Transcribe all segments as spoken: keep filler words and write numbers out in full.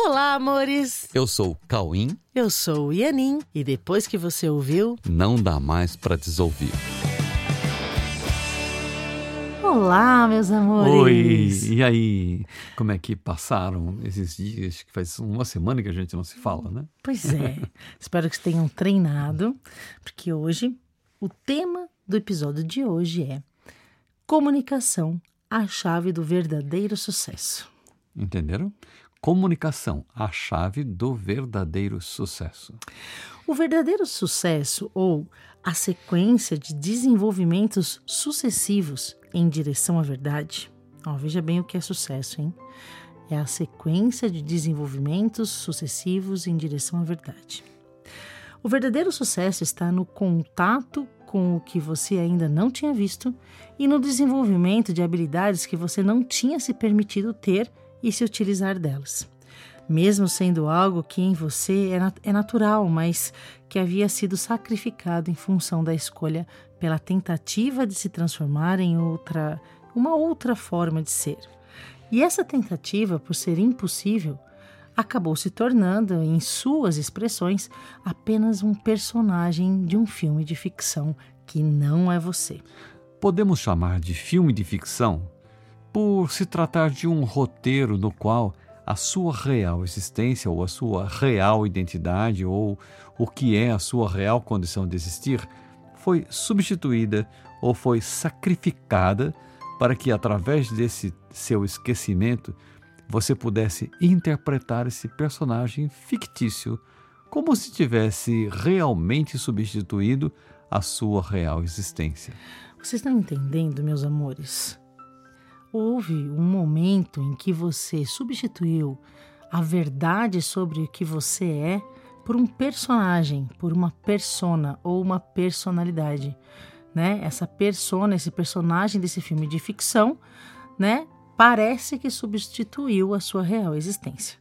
Olá, amores! Eu sou o Cauim. Eu sou o Ianin. E depois que você ouviu, não dá mais pra desouvir. Olá, meus amores! Oi! E aí? Como é que passaram esses dias? Que faz uma semana que a gente não se fala, né? Pois é. Espero que tenham treinado, porque hoje, o tema do episódio de hoje é comunicação, a chave do verdadeiro sucesso. Entenderam? Comunicação, a chave do verdadeiro sucesso. O verdadeiro sucesso, ou a sequência de desenvolvimentos sucessivos em direção à verdade. Ó, veja bem o que é sucesso, hein? É a sequência de desenvolvimentos sucessivos em direção à verdade. O verdadeiro sucesso está no contato com o que você ainda não tinha visto e no desenvolvimento de habilidades que você não tinha se permitido ter e se utilizar delas. Mesmo sendo algo que em você é, nat- é natural, mas que havia sido sacrificado em função da escolha pela tentativa de se transformar em outra, uma outra forma de ser. E essa tentativa, por ser impossível, acabou se tornando, em suas expressões, apenas um personagem de um filme de ficção que não é você. Podemos chamar de filme de ficção por se tratar de um roteiro no qual a sua real existência ou a sua real identidade ou o que é a sua real condição de existir foi substituída ou foi sacrificada para que, através desse seu esquecimento, você pudesse interpretar esse personagem fictício como se tivesse realmente substituído a sua real existência. Vocês estão entendendo, meus amores? Houve um momento em que você substituiu a verdade sobre o que você é por um personagem, por uma persona ou uma personalidade, né? Essa persona, esse personagem desse filme de ficção, né? Parece que substituiu a sua real existência.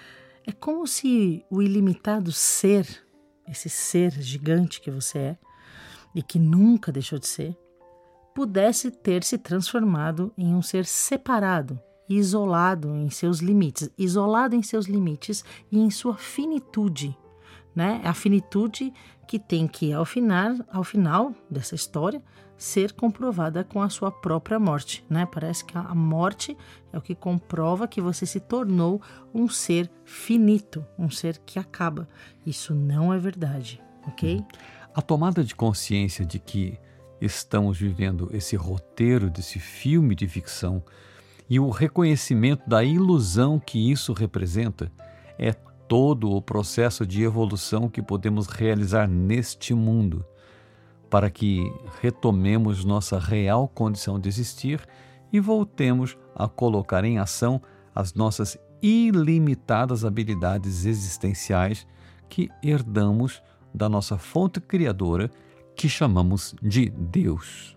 É como se o ilimitado ser, esse ser gigante que você é e que nunca deixou de ser, pudesse ter se transformado em um ser separado, isolado em seus limites, isolado em seus limites e em sua finitude, né? A finitude que tem que, ao final, ao final dessa história, ser comprovada com a sua própria morte, né? Parece que a morte é o que comprova que você se tornou um ser finito, um ser que acaba. Isso não é verdade, ok? A tomada de consciência de que estamos vivendo esse roteiro desse filme de ficção e o reconhecimento da ilusão que isso representa é todo o processo de evolução que podemos realizar neste mundo para que retomemos nossa real condição de existir e voltemos a colocar em ação as nossas ilimitadas habilidades existenciais que herdamos da nossa fonte criadora, que chamamos de Deus.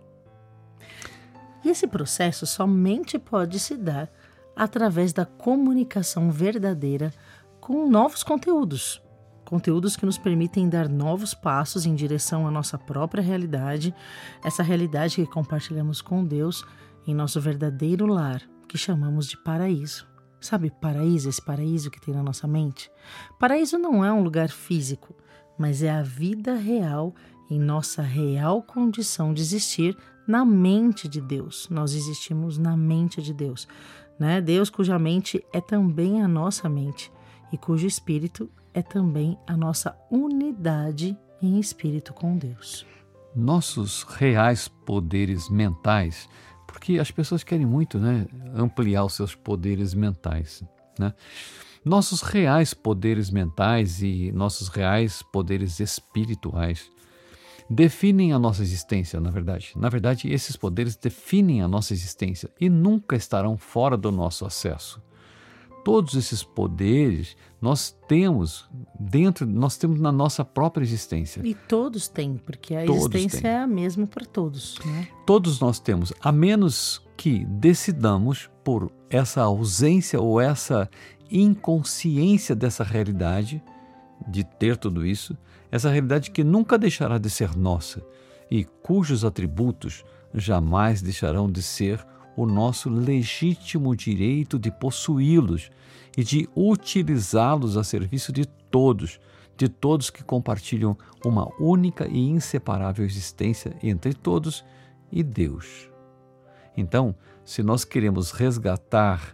E esse processo somente pode se dar através da comunicação verdadeira com novos conteúdos. Conteúdos que nos permitem dar novos passos em direção à nossa própria realidade, essa realidade que compartilhamos com Deus em nosso verdadeiro lar, que chamamos de paraíso. Sabe paraíso, esse paraíso que tem na nossa mente? Paraíso não é um lugar físico, mas é a vida real em nossa real condição de existir na mente de Deus. Nós existimos na mente de Deus, né? Deus cuja mente é também a nossa mente e cujo espírito é também a nossa unidade em espírito com Deus. Nossos reais poderes mentais, porque as pessoas querem muito, né, ampliar os seus poderes mentais, né? Nossos reais poderes mentais e nossos reais poderes espirituais definem a nossa existência, na verdade. Na verdade, esses poderes definem a nossa existência e nunca estarão fora do nosso acesso. Todos esses poderes nós temos dentro, nós temos na nossa própria existência. E todos têm, porque a Todos existência têm. é a mesma para todos, né? Todos nós temos, a menos que decidamos por essa ausência ou essa inconsciência dessa realidade, de ter tudo isso, essa realidade que nunca deixará de ser nossa e cujos atributos jamais deixarão de ser o nosso legítimo direito de possuí-los e de utilizá-los a serviço de todos, de todos que compartilham uma única e inseparável existência entre todos e Deus. Então, se nós queremos resgatar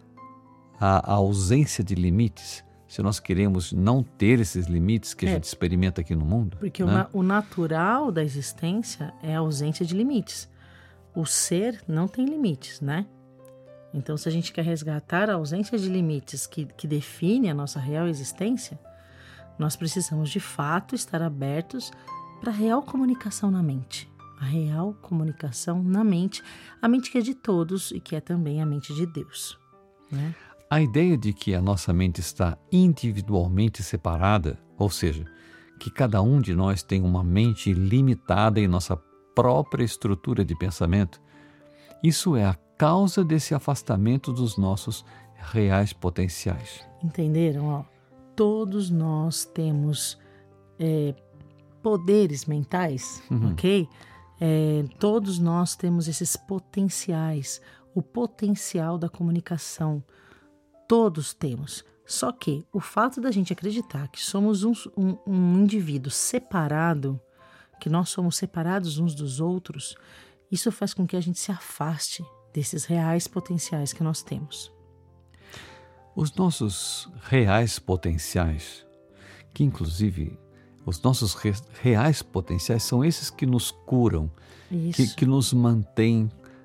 a ausência de limites, se nós queremos não ter esses limites que a É, gente experimenta aqui no mundo, Porque o, né? na- o natural da existência é a ausência de limites. O ser não tem limites, né? Então, se a gente quer resgatar a ausência de limites que, que define a nossa real existência, nós precisamos de fato estar abertos para a real comunicação na mente. A real comunicação na mente, a mente que é de todos e que é também a mente de Deus, né? A ideia de que a nossa mente está individualmente separada, ou seja, que cada um de nós tem uma mente limitada em nossa própria estrutura de pensamento, isso é a causa desse afastamento dos nossos reais potenciais. Entenderam? Ó, todos nós temos é, poderes mentais, Uhum. ok? É, todos nós temos esses potenciais, o potencial da comunicação. Todos temos. Só que o fato da gente acreditar que somos um, um, um indivíduo separado, que nós somos separados uns dos outros, isso faz com que a gente se afaste desses reais potenciais que nós temos. Os nossos reais potenciais, que inclusive os nossos re- reais potenciais são esses que nos curam, Isso. que, que nos mantêm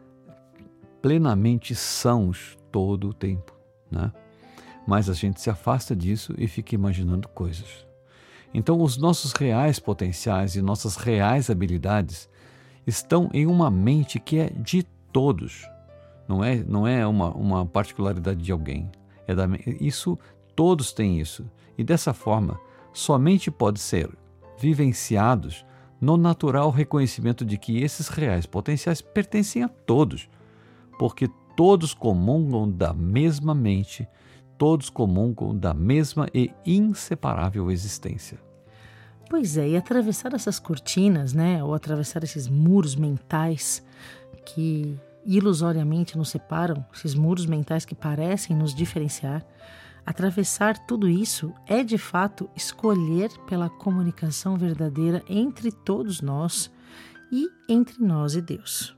plenamente sãos todo o tempo, né? Mas a gente se afasta disso e fica imaginando coisas. Então, os nossos reais potenciais e nossas reais habilidades estão em uma mente que é de todos. Não é, não é uma, uma particularidade de alguém. É da, isso, todos têm isso. E dessa forma, somente pode ser vivenciados no natural reconhecimento de que esses reais potenciais pertencem a todos, porque todos comungam da mesma mente, todos comungam da mesma e inseparável existência. Pois é, e atravessar essas cortinas, né, ou atravessar esses muros mentais que ilusoriamente nos separam, esses muros mentais que parecem nos diferenciar, atravessar tudo isso é de fato escolher pela comunicação verdadeira entre todos nós e entre nós e Deus.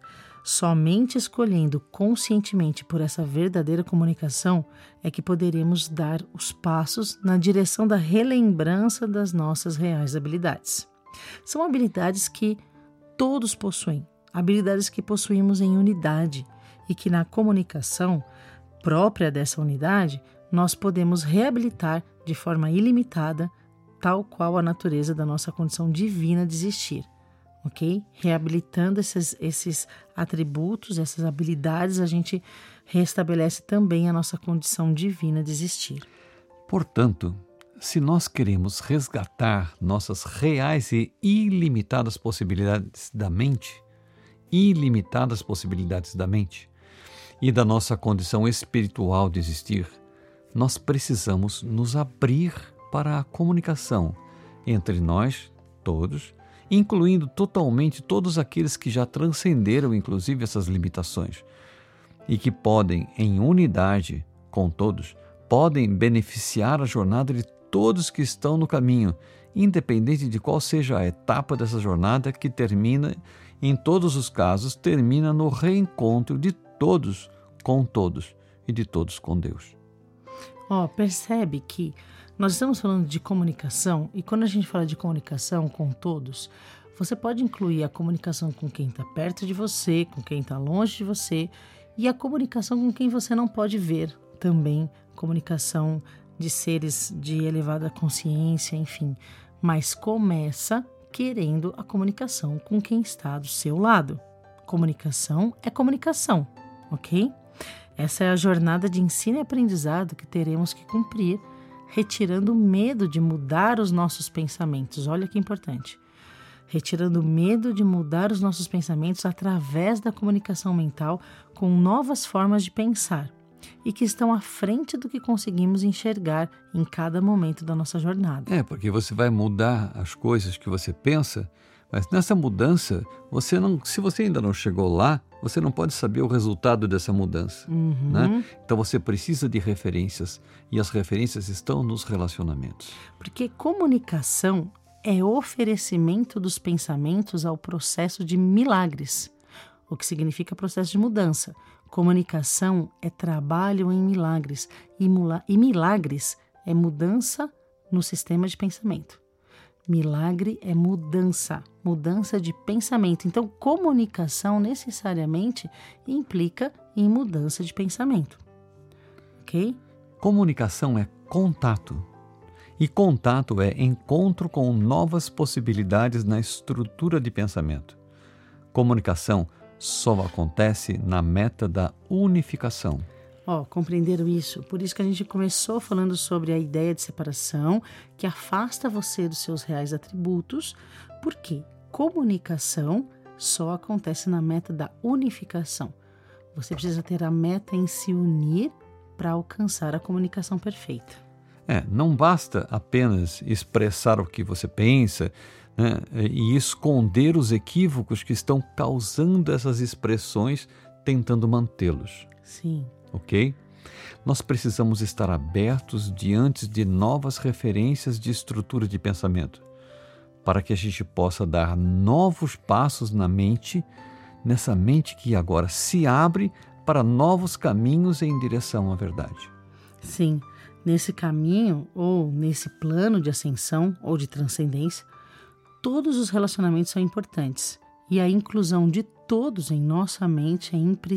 Somente escolhendo conscientemente por essa verdadeira comunicação é que poderemos dar os passos na direção da relembrança das nossas reais habilidades. São habilidades que todos possuem, habilidades que possuímos em unidade e que na comunicação própria dessa unidade nós podemos reabilitar de forma ilimitada, tal qual a natureza da nossa condição divina de existir. Ok? Reabilitando esses, esses atributos, essas habilidades, a gente restabelece também a nossa condição divina de existir. Portanto, se nós queremos resgatar nossas reais e ilimitadas possibilidades da mente, ilimitadas possibilidades da mente e da nossa condição espiritual de existir, nós precisamos nos abrir para a comunicação entre nós, todos, incluindo totalmente todos aqueles que já transcenderam, inclusive, essas limitações e que podem, em unidade com todos, podem beneficiar a jornada de todos que estão no caminho, independente de qual seja a etapa dessa jornada que termina, em todos os casos, termina no reencontro de todos com todos e de todos com Deus. Ó, percebe que nós estamos falando de comunicação e quando a gente fala de comunicação com todos, você pode incluir a comunicação com quem está perto de você, com quem está longe de você e a comunicação com quem você não pode ver também, comunicação de seres de elevada consciência, enfim. Mas começa querendo a comunicação com quem está do seu lado. Comunicação é comunicação, ok? Essa é a jornada de ensino e aprendizado que teremos que cumprir, retirando o medo de mudar os nossos pensamentos. Olha que importante. Retirando o medo de mudar os nossos pensamentos através da comunicação mental com novas formas de pensar e que estão à frente do que conseguimos enxergar em cada momento da nossa jornada. É, porque você vai mudar as coisas que você pensa, Mas nessa mudança, você não, se você ainda não chegou lá, você não pode saber o resultado dessa mudança. Uhum. Né? Então você precisa de referências, e as referências estão nos relacionamentos. Porque comunicação é oferecimento dos pensamentos ao processo de milagres, o que significa processo de mudança. Comunicação é trabalho em milagres, e, mula- e milagres é mudança no sistema de pensamento. Milagre é mudança, mudança de pensamento. Então, comunicação necessariamente implica em mudança de pensamento. Ok? Comunicação é contato. E contato é encontro com novas possibilidades na estrutura de pensamento. Comunicação só acontece na meta da unificação. Ó, compreenderam isso? Por isso que a gente começou falando sobre a ideia de separação, que afasta você dos seus reais atributos, porque comunicação só acontece na meta da unificação. Você precisa ter a meta em se unir para alcançar a comunicação perfeita. É, não basta apenas expressar o que você pensa, né, e esconder os equívocos que estão causando essas expressões, tentando mantê-los. Sim. Ok? Nós precisamos estar abertos diante de novas referências de estrutura de pensamento, para que a gente possa dar novos passos na mente, nessa mente que agora se abre para novos caminhos em direção à verdade. Sim, nesse caminho ou nesse plano de ascensão ou de transcendência, todos os relacionamentos são importantes e a inclusão de todos em nossa mente é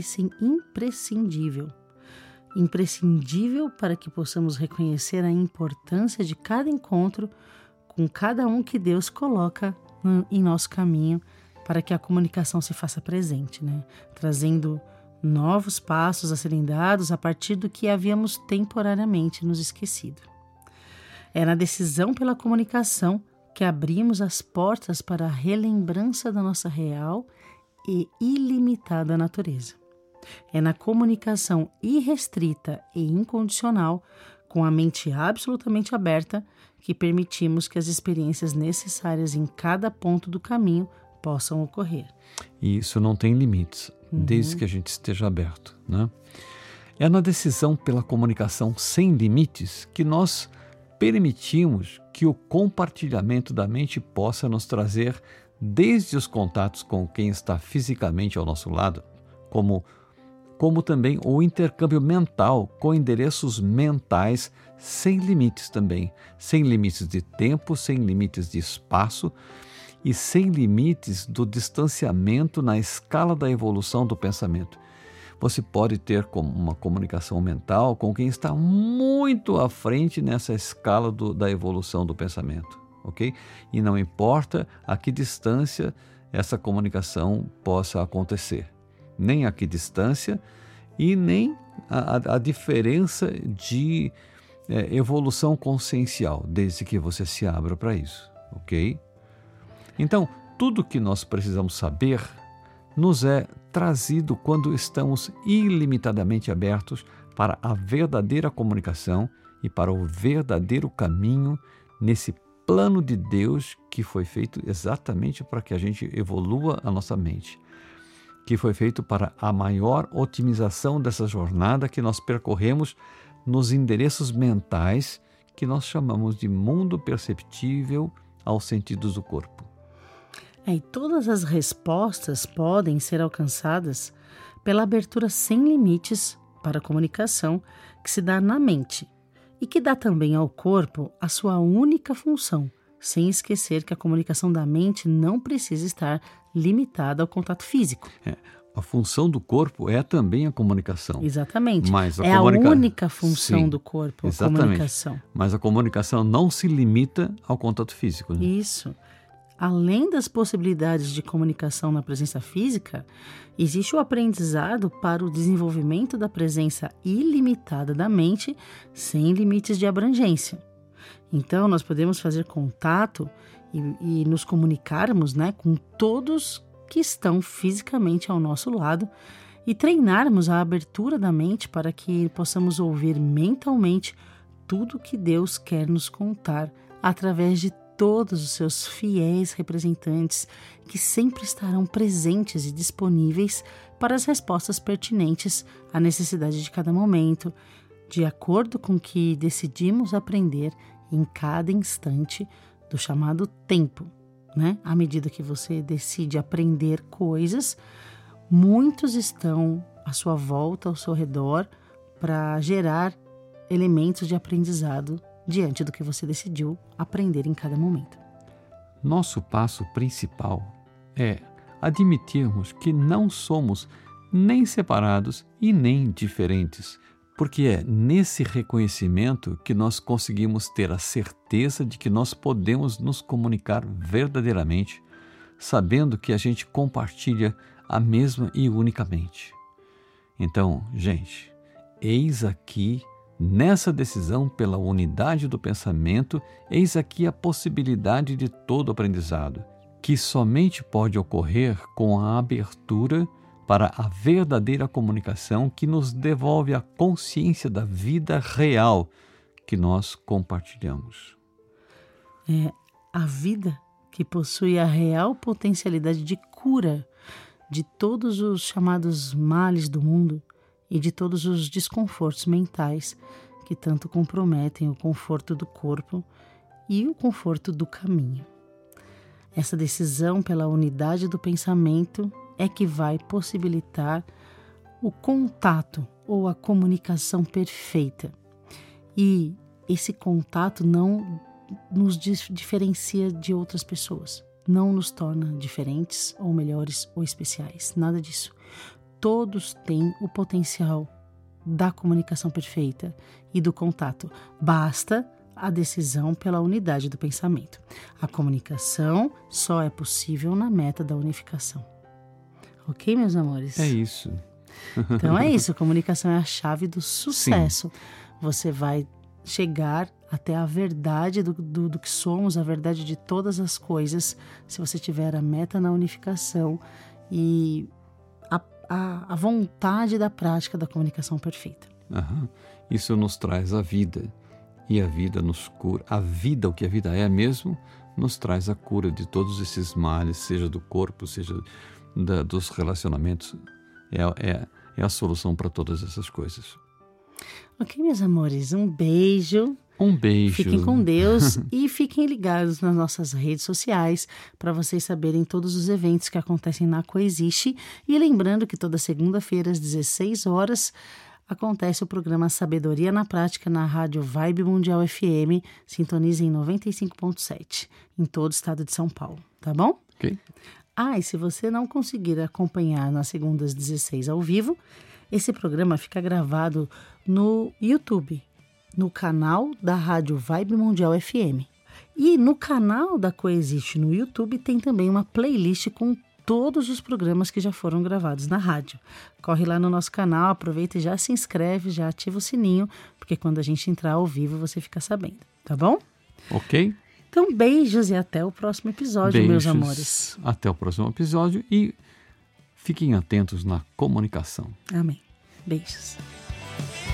imprescindível. Imprescindível para que possamos reconhecer a importância de cada encontro com cada um que Deus coloca em nosso caminho para que a comunicação se faça presente, né? Trazendo novos passos a serem dados a partir do que havíamos temporariamente nos esquecido. É na decisão pela comunicação que abrimos as portas para a relembrança da nossa real e ilimitada natureza. É na comunicação irrestrita e incondicional, com a mente absolutamente aberta, que permitimos que as experiências necessárias em cada ponto do caminho possam ocorrer. E isso não tem limites, uhum. desde que a gente esteja aberto, né? É na decisão pela comunicação sem limites que nós permitimos que o compartilhamento da mente possa nos trazer desde os contatos com quem está fisicamente ao nosso lado, como como também o intercâmbio mental com endereços mentais sem limites também, sem limites de tempo, sem limites de espaço e sem limites do distanciamento na escala da evolução do pensamento. Você pode ter uma comunicação mental com quem está muito à frente nessa escala do, da evolução do pensamento, ok? E não importa a que distância essa comunicação possa acontecer. Nem a que distância e nem a, a diferença de é, evolução consciencial, desde que você se abra para isso, ok? Então, tudo que nós precisamos saber nos é trazido quando estamos ilimitadamente abertos para a verdadeira comunicação e para o verdadeiro caminho nesse plano de Deus que foi feito exatamente para que a gente evolua a nossa mente, que foi feito para a maior otimização dessa jornada que nós percorremos nos endereços mentais que nós chamamos de mundo perceptível aos sentidos do corpo. É, e todas as respostas podem ser alcançadas pela abertura sem limites para a comunicação que se dá na mente e que dá também ao corpo a sua única função, sem esquecer que a comunicação da mente não precisa estar limitada ao contato físico. É, a função do corpo é também a comunicação. Exatamente. Mas a é comunica... a única função Sim, do corpo, exatamente. A comunicação. Mas a comunicação não se limita ao contato físico. Né? Isso. Além das possibilidades de comunicação na presença física, existe o aprendizado para o desenvolvimento da presença ilimitada da mente sem limites de abrangência. Então, nós podemos fazer contato e, e nos comunicarmos, né, com todos que estão fisicamente ao nosso lado e treinarmos a abertura da mente para que possamos ouvir mentalmente tudo que Deus quer nos contar através de todos os seus fiéis representantes que sempre estarão presentes e disponíveis para as respostas pertinentes à necessidade de cada momento, de acordo com o que decidimos aprender em cada instante do chamado tempo, né? À medida que você decide aprender coisas, muitos estão à sua volta, ao seu redor, para gerar elementos de aprendizado diante do que você decidiu aprender em cada momento. Nosso passo principal é admitirmos que não somos nem separados e nem diferentes, porque é nesse reconhecimento que nós conseguimos ter a certeza de que nós podemos nos comunicar verdadeiramente, sabendo que a gente compartilha a mesma e única mente. Então, gente, eis aqui, nessa decisão pela unidade do pensamento, eis aqui a possibilidade de todo aprendizado, que somente pode ocorrer com a abertura para a verdadeira comunicação que nos devolve a consciência da vida real que nós compartilhamos. É a vida que possui a real potencialidade de cura de todos os chamados males do mundo e de todos os desconfortos mentais que tanto comprometem o conforto do corpo e o conforto do caminho. Essa decisão pela unidade do pensamento é que vai possibilitar o contato ou a comunicação perfeita. E esse contato não nos diferencia de outras pessoas, não nos torna diferentes ou melhores ou especiais, nada disso. Todos têm o potencial da comunicação perfeita e do contato. Basta a decisão pela unidade do pensamento. A comunicação só é possível na meta da unificação. Ok, meus amores? É isso. Então é isso, a comunicação é a chave do sucesso. Sim. Você vai chegar até a verdade do, do, do que somos, a verdade de todas as coisas, se você tiver a meta na unificação e a, a, a vontade da prática da comunicação perfeita. Uhum. Isso nos traz a vida, e a vida nos cura. A vida, o que a vida é mesmo, nos traz a cura de todos esses males, seja do corpo, seja da, dos relacionamentos. É, é, é a solução para todas essas coisas. Ok, meus amores, um beijo. Um beijo. Fiquem com Deus e fiquem ligados nas nossas redes sociais para vocês saberem todos os eventos que acontecem na Coexiste. E lembrando que toda segunda-feira às dezesseis horas acontece o programa Sabedoria na Prática na Rádio Vibe Mundial F M. Sintonize em noventa e cinco ponto sete em todo o estado de São Paulo, tá bom? Ok. Ah, e se você não conseguir acompanhar nas segundas dezesseis ao vivo, esse programa fica gravado no YouTube, no canal da Rádio Vibe Mundial F M. E no canal da Coexiste no YouTube tem também uma playlist com todos os programas que já foram gravados na rádio. Corre lá no nosso canal, aproveita e já se inscreve, já ativa o sininho, porque quando a gente entrar ao vivo você fica sabendo, tá bom? Ok. Então, beijos e até o próximo episódio, Beijos, meus amores. Até o próximo episódio e fiquem atentos na comunicação. Amém. Beijos.